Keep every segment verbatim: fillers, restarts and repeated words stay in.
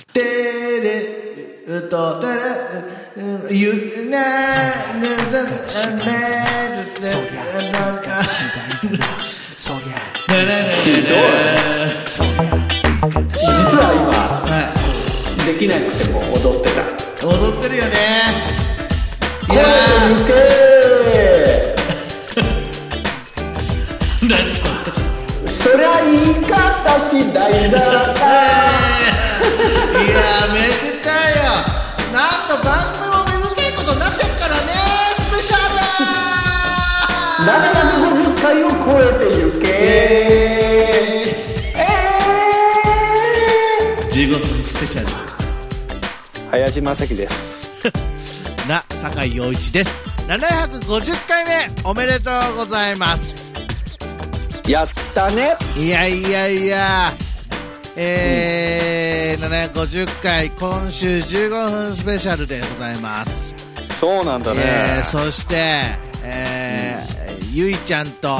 てれうとてれゆなねざねそりゃなんかそりゃねねねそりゃ実は今、 はできなくても踊ってた。 い踊ってるよね。い声や抜けー何それそりゃ言い方次第だ。 いやーめでたいよ。なんと番組もめでたいことになってるからね。スペシャルななひゃくごじゅっかいを超えてゆけ。えー、 じゅうごふんスペシャル林正樹です。 な酒井陽一です。ななひゃくごじゅっかいめおめでとうございます。 やったね。 いやいやいやえー、ななひゃくごじゅっかい今週じゅうごふんスペシャルでございます。 そうなんだね、 えー、そして、えーうん、ゆいちゃんと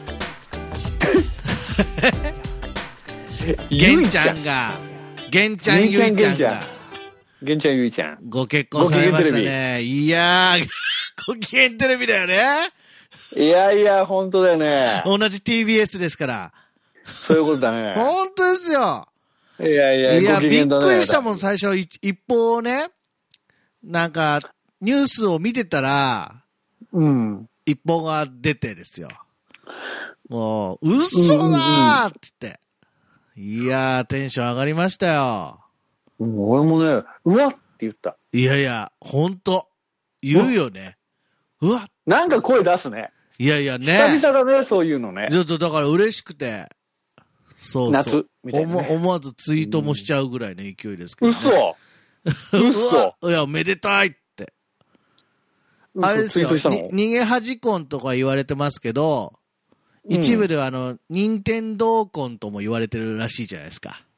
げんちゃんがげんちゃんゆいちゃんがげんちゃんゆいちゃんご結婚されましたね。いやーご機嫌テレビだよね。 いやいや本当だよね。 同じ ティービーエス ですから。 そういうことだね。 本当ですよ。 いやいや、 いや、 ご機嫌だね、 びっくりしたもん、最初、一報ね、なんか、ニュースを見てたら、 うん。 一報が出てですよ。もう、嘘だーって言って。いやー、テンション上がりましたよ。 俺もね、うわって言った。 いやいや、ほんと、言うよね。うわなんか声出すね。 いやいやね。 久々だね、そういうのね。 ちょっとだから嬉しくて、そうそう。 夏みたいなね、 思, 思わずツイートもしちゃうぐらいの勢いですけど、ね。 嘘嘘いや、めでたいって。あれですよ、逃げ恥婚とか言われてますけど、うん、一部ではあの、任天堂婚とも言われてるらしいじゃないですか。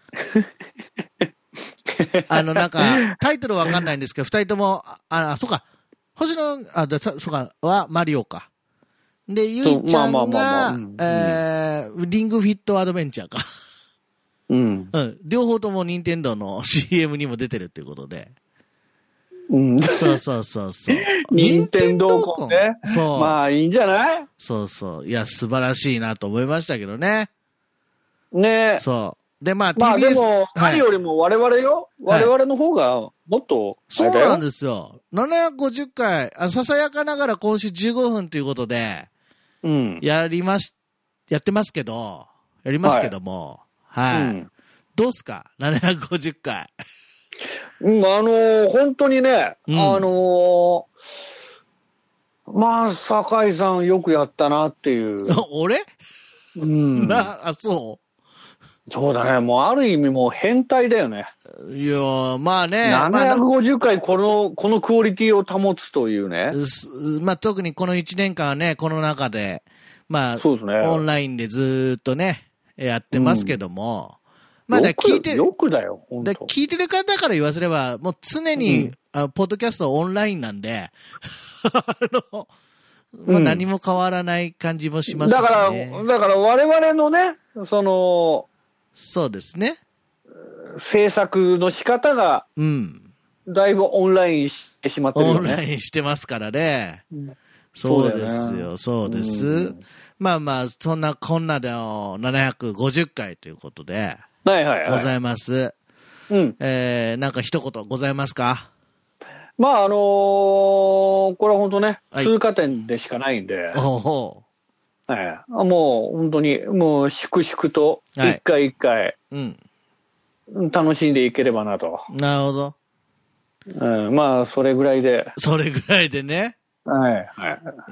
あの、なんか、タイトルわかんないんですけど、二人とも、あ、あ、そうか、星の、あ、だそうか、はマリオか。で、ゆいちゃんが、えー、リングフィットアドベンチャーか。うん。うん。両方とも任天堂の シーエム にも出てるっていうことで。うん。そうそうそうそう。 任天堂婚ね。 そう。 まあ、いいんじゃない？ そうそう。いや、素晴らしいなと思いましたけどね。 ねえ。 そう。で、まあ、 まあ、 ティービーエス。 でも、何よりも我々よ。はい、我々の方が、もっと、 そうなんですよ。ななひゃくごじゅっかい、あ、ささやかながら今週じゅうごふんということで、うん。やりまし、やってますけど、やりますけども、はい。はい、うん、どうすか ?ななひゃくごじゅっかい。 うん、あのー、本当にね、うん、あのー、まあ、酒井さんよくやったなっていう。 俺うん。 な、あ、そうそうだね。もうある意味もう変態だよね。 いやー、まあね。 ななひゃくごじゅっかいこの、このクオリティを保つというね。 まあ特にこのいちねんかんはね、この中で、まあ、 そうですね。 オンラインでずーっとね、やってますけども。うん、まあだ聞いて、 よくだよ、本当。 だ聞いてる方から言わせれば、もう常に、うん、あのポッドキャストオンラインなんで、あの、まあ何も変わらない感じもしますし、ね。 だから、だから我々のね、その、 そうですね。 制作の仕方が、うん。だいぶオンラインしてしまってるよね。 オンラインしてますからね。うん、そうですよ、そうです。うん、まあまあ、そんなこんなでのななひゃくごじゅっかいということで、 はいはいはい。 ございます。うん。えー、なんか一言ございますか？ まああのー、これは本当ね、はい、通過点でしかないんで。 ほうほう。 はい、もう本当にもう粛々と一回一回、はい、うん、楽しんでいければなと。 なるほど。 うん、まあそれぐらいで。 それぐらいでね。 はいはい。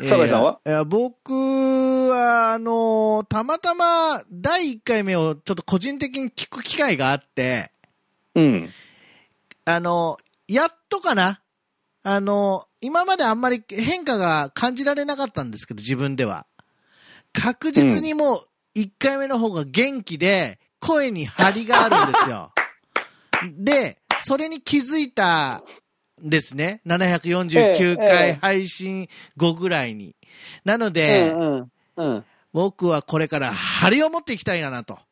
酒井さんは？ いや僕はあのー、たまたまだいいっかいめをちょっと個人的に聞く機会があって、うん、あのやっとかな。あの今まであんまり変化が感じられなかったんですけど自分では。確実にもういっかいめの方が元気で声に張りがあるんですよ。で、それに気づいたんですね。ななひゃくよんじゅうきゅうかい配信後ぐらいに。なので、うんうんうん、僕はこれから張りを持っていきたいなと。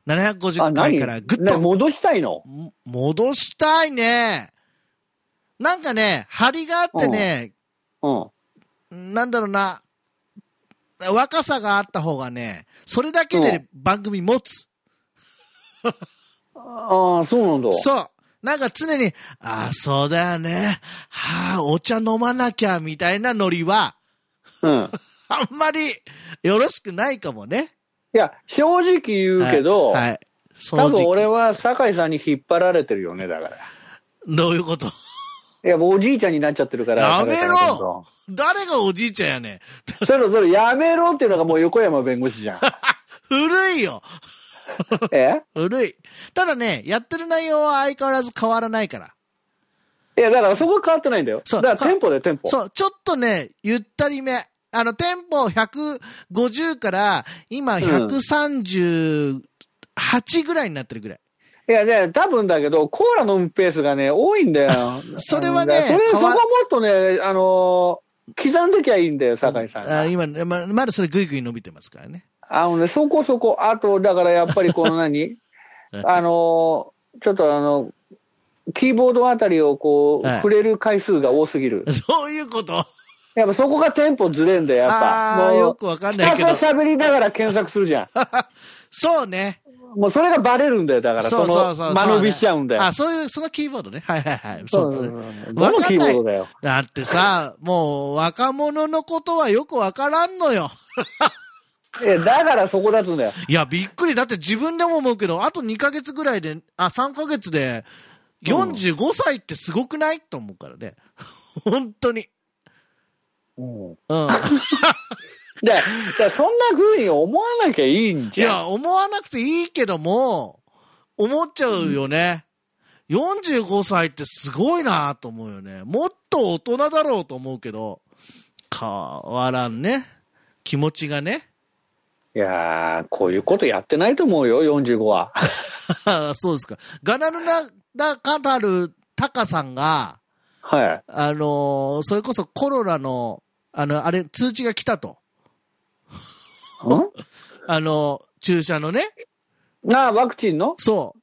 ななひゃくごじゅっかいからぐっと、 ね、戻したいの？ 戻したいね。なんかね、張りがあってね、うんうん、なんだろうな、若さがあった方がね、それだけで番組持つ。 うん、ああ、そうなんだ。 そう。なんか常に、ああ、そうだよね。はあ、お茶飲まなきゃ、みたいなノリは、うん、あんまりよろしくないかもね。 いや、正直言うけど、はいはい、多分俺は酒井さんに引っ張られてるよね、だから。 どういうこと？ いや、もうおじいちゃんになっちゃってるから。 やめろ！誰がおじいちゃんやねん。 そろそろやめろっていうのがもう横山弁護士じゃん。 古いよ。 え？ 古い。ただね、やってる内容は相変わらず変わらないから。 いや、だからそこ変わってないんだよ。そう。だからテンポでテンポ。 そう、ちょっとね、ゆったりめ。あの、テンポひゃくごじゅうから、今ひゃくさんじゅうはちぐらいになってるぐらい。 いやね、多分だけど、コーラ飲むペースがね、多いんだよ。 それはね、 それ、そこはもっとね、あのー、刻んできゃいいんだよ、酒井さんが。 あ今、ま、まだそれぐいぐい伸びてますからね。 あのね、そこそこ、あと、だからやっぱりこの何あのー、ちょっとあの、キーボードあたりをこう、はい、触れる回数が多すぎる。 そういうこと？ やっぱそこがテンポずれんだよ、やっぱ。 ああ、よくわかんないけど。 ひたすら喋りながら検索するじゃん。 そうね。 もうそれがバレるんだよ、だから。そうそうそう。間延びしちゃうんだよ。 あ、そういう、そのキーボードね。はいはいはい。 そう。そうどのキーボードだよ。 だってさ、もう若者のことはよくわからんのよ。 え、だからそこだつんだよ。 いや、びっくり。だって自分でも思うけど、あとにかげつぐらいで、あ、さんかげつで、よんじゅうごさいってすごくないと思うからね。本当に。うん。うん。 で、そんな風に思わなきゃいいんじゃん。 いや、思わなくていいけども、思っちゃうよね。うん、よんじゅうごさいってすごいなと思うよね。もっと大人だろうと思うけど、変わらんね。気持ちがね。 いやー、こういうことやってないと思うよ、よんじゅうごは。 そうですか。ガナルナダカタルタカさんが、 はい。 あのー、それこそコロナの、あの、あれ、通知が来たと。 んあの、注射のね。 なあ、ワクチンの？ そう。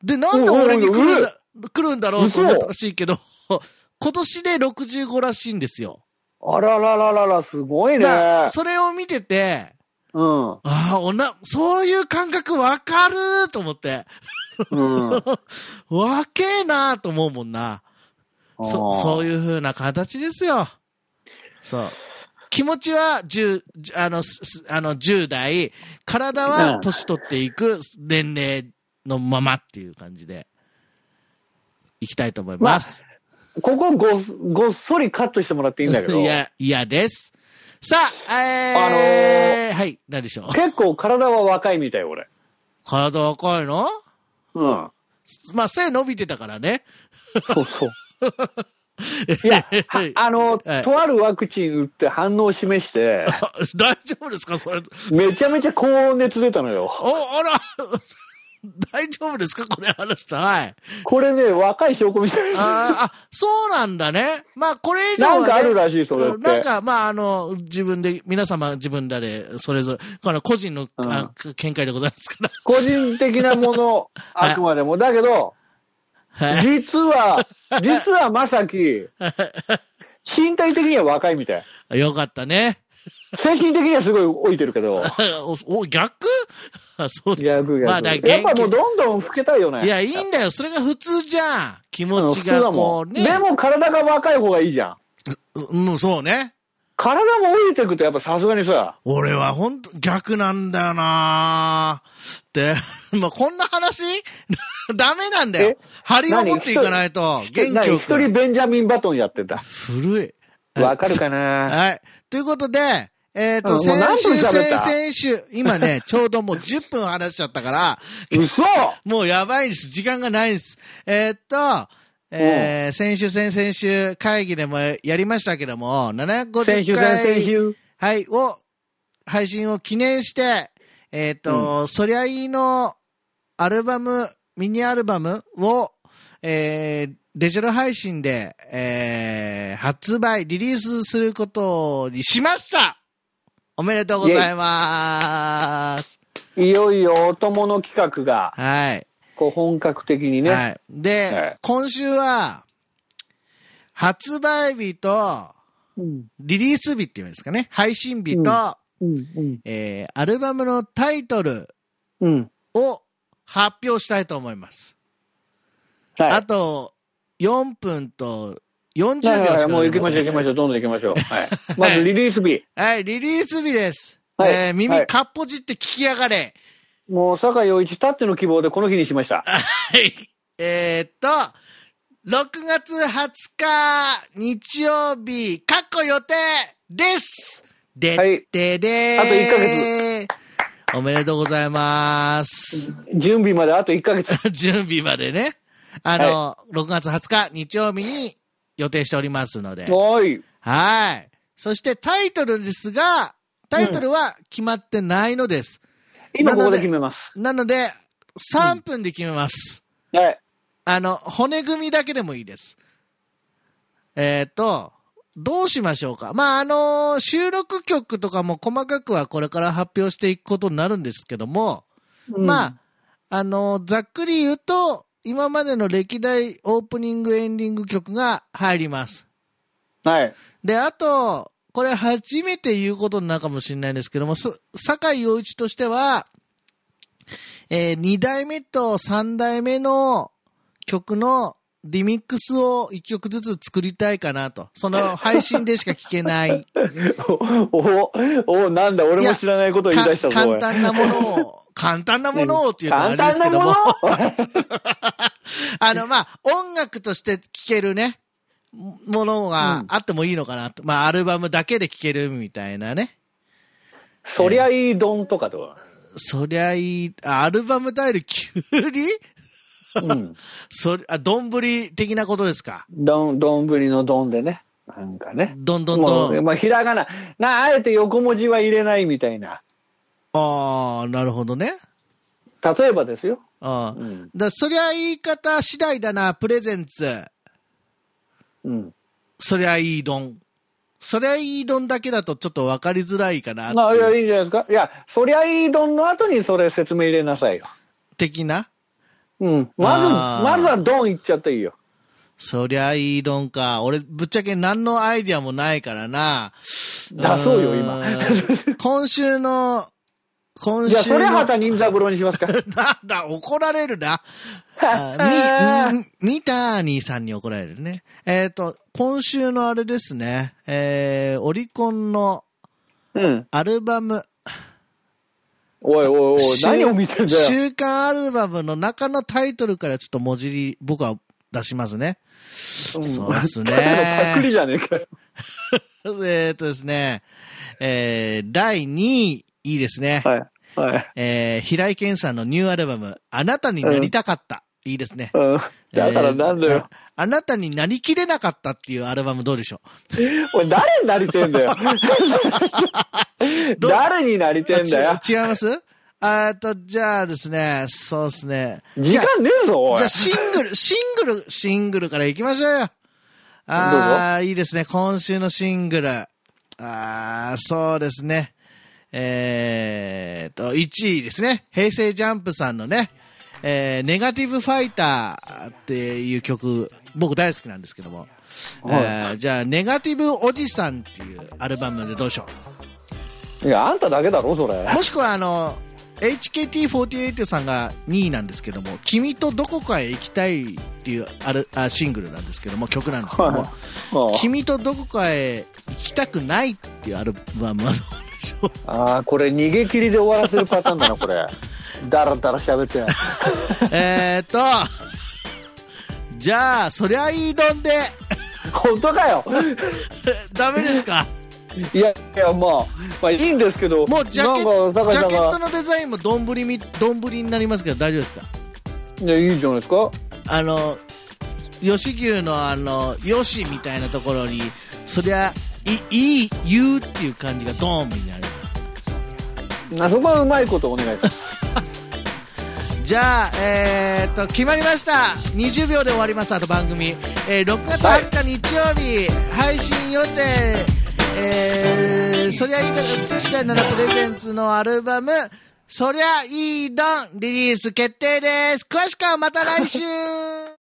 で、なんで俺に来るんだ、来るんだろうと思ったらしいけど、今年でろくじゅうごらしいんですよ。 あららららら、すごいね。 それを見てて、 うん。ああ、おな、そういう感覚わかると思って。うん。わけえなと思うもんな。そ、そういう風な形ですよ。そう。気持ちは10、あの、あのじゅう代、体は年取っていく年齢のままっていう感じで、いきたいと思います。 まあ、ここご、ごっそりカットしてもらっていいんだけど。 いや、嫌です。さあ、えー、あのー、はい、何でしょう。 結構体は若いみたい、俺。 体若いの？ うん。 まあ、背伸びてたからね。 そうそう。いや、あの、はい、とあるワクチン打って反応を示して、 大丈夫ですかそれ。 めちゃめちゃ高熱出たのよ。 お、あら、大丈夫ですかこれ話した。はい。 これね、若い証拠みたいな。 ああ、そうなんだね。まあ、これ以上は、ね。 なんかあるらしい、それって。 なんか、まあ、あの、自分で、皆様自分らで、それぞれ、この個人の、うん、あ見解でございますから。 個人的なもの、あくまでも。はい、だけど、はい、実は、実はまさき、身体的には若いみたい。 よかったね。 精神的にはすごい老いてるけど。 お、逆そうです。 逆逆。まあ、だやっぱもうどんどん老けたいよね。 いや、いいんだよ。それが普通じゃん。気持ちがこうね。 でも体が若い方がいいじゃん。 うん、そうね。 体も老いてくとやっぱさすがにさ。 俺はほんと逆なんだよなで、まあ、こんな話ダメなんだよ。張りを持っていかないと元気を。 一人ベンジャミンバトンやってた。 古い。 わかるかなはい。ということで、えっ、ー、と、先週、先々週、今ね、ちょうどもうじゅっぷん話しちゃったから、 嘘もうやばいんです。時間がないんです。えっ、ー、と、えー、先週、先々週会議でもやりましたけども、ななひゃくごじゅっかい、先週、先週はい、を、配信を記念して、えっ、ー、と、うん、そりゃいいのアルバム、ミニアルバムを、えー、デジタル配信で、えー、発売、リリースすることにしました。おめでとうございます。 いよいよお供の企画が、 はい。 こう本格的にね。 はい。で、はい、今週は、発売日と、リリース日っていうんですかね。配信日と、うんうん、えー、アルバムのタイトルを発表したいと思います。はい、あと、よんぷんとよんじゅうびょうしかないですね。 もう行きましょう行きましょう。どんどん行きましょう。はい。まずリリース日。 はい、リリース日です。はい、えー、耳かっぽじって聞きやがれ。 もう、坂井陽一たっての希望でこの日にしました。 はい。えー、っと、ろくがつはつか日曜日、かっこ予定です。で、はい、ででー。 あといっかげつ。おめでとうございます。 準備まであといっかげつ。 準備までね。あの、はい、ろくがつはつか日曜日に予定しておりますので。 はい。 はい。そしてタイトルですが、タイトルは決まってないのです。 うん、今ここで決めます。 なので、さんぷんで決めます。 うん、はい。 あの、骨組みだけでもいいです。えっと、どうしましょうか。まあ、あのー、収録曲とかも細かくはこれから発表していくことになるんですけども、うん、まあ、あのー、ざっくり言うと、今までの歴代オープニングエンディング曲が入ります。 はい。 で、あと、これ初めて言うことになるかもしれないんですけども、坂井陽一としては、えー、にだいめとさんだいめの曲のリミックスをいっきょくずつ作りたいかなと。その配信でしか聞けない。 お、お、お、なんだ、俺も知らないことを言い出したぞ。 簡単なものを、簡単なものをっていうとあれですけども。あの、まあ、音楽として聴けるね、ものがあってもいいのかなと。うん、まあ、アルバムだけで聴けるみたいなね。 そりゃいいドンとかとか。 そりゃいい、アルバムタイル急にうん。それ、あ、どんぶり的なことですか。 どん、どんぶりのどんでね。なんかね。 どんどんどん。 まあ、ひらがな。な、あえて横文字は入れないみたいな。 ああ、なるほどね。 例えばですよ。 ああ。うん、だそりゃ言い方次第だな、プレゼンツ。 うん。 そりゃいいどん。そりゃいいどんだけだとちょっと分かりづらいかなって。 あ、いや、いいんじゃないですか。いや、そりゃいいどんの後にそれ説明入れなさいよ。 的な。 うん。まず、まずはドンいっちゃっていいよ。 そりゃいいどんか。俺、ぶっちゃけ何のアイディアもないからな。 出そうよ、今。 今週の、今週の。 じゃあ、それはた任三郎にしますか。 なんだ、怒られるな。み、みたーにさんに怒られるね。えっと、今週のあれですね。えー、オリコンの、アルバム、うんおいおいおい、何を見てんだよ。 週間アルバムの中のタイトルからちょっと文字り、僕は出しますね。うん、そうですね。 パクリじゃねえかよ。 えっとですね、えー、だいにい、いいですね。 はい。はい。 えー、平井堅さんのニューアルバム、あなたになりたかった。うん、いいですね。 うん。だからなんだよ、えーあ。 あなたになりきれなかったっていうアルバムどうでしょう。おい、誰になりてんだよ。誰になりてんだよ。 違いますあーと、じゃあですね、そうですね。 時間ねえぞ、おい。 じゃあシングル、シングル、シングルから行きましょうよ。ああ、いいですね。今週のシングル。ああ、そうですね。えーと、いちいですね。平成ジャンプさんのね、えー、ネガティブファイターっていう曲、僕大好きなんですけども。はいえー、じゃあ、ネガティブおじさんっていうアルバムでどうしよう。いや、あんただけだろ、それ。 もしくは、あの、エイチケーティーフォーティーエイト さんがにいなんですけども、君とどこかへ行きたいっていうあるあシングルなんですけども、曲なんですけども、はい、君とどこかへ行きたくないっていうアルバムはどうでしょう。 ああ、これ逃げ切りで終わらせるパターンだな、これ。だらだら喋って。 えっと、じゃあ、そりゃいいどんで。 本当かよ。 ダメですか。 いやいや、まあ、まあいいんですけど、 もうジャケジャケットのデザインもどんぶりみ、どんぶりになりますけど大丈夫ですか。 いや、いいじゃないですか。 あの、吉牛のあの、よしみたいなところに、そりゃ、い、いい、言うっていう感じがドーンになる。 あそこはうまいことお願いします。 じゃあ、えー、っと、決まりました。にじゅうびょうで終わります、あと番組。えー、ろくがつはつか日曜日、はい、配信予定。えー、そりゃいいか次第ならプレゼンツのアルバムそりゃいいどんリリース決定です。詳しくはまた来週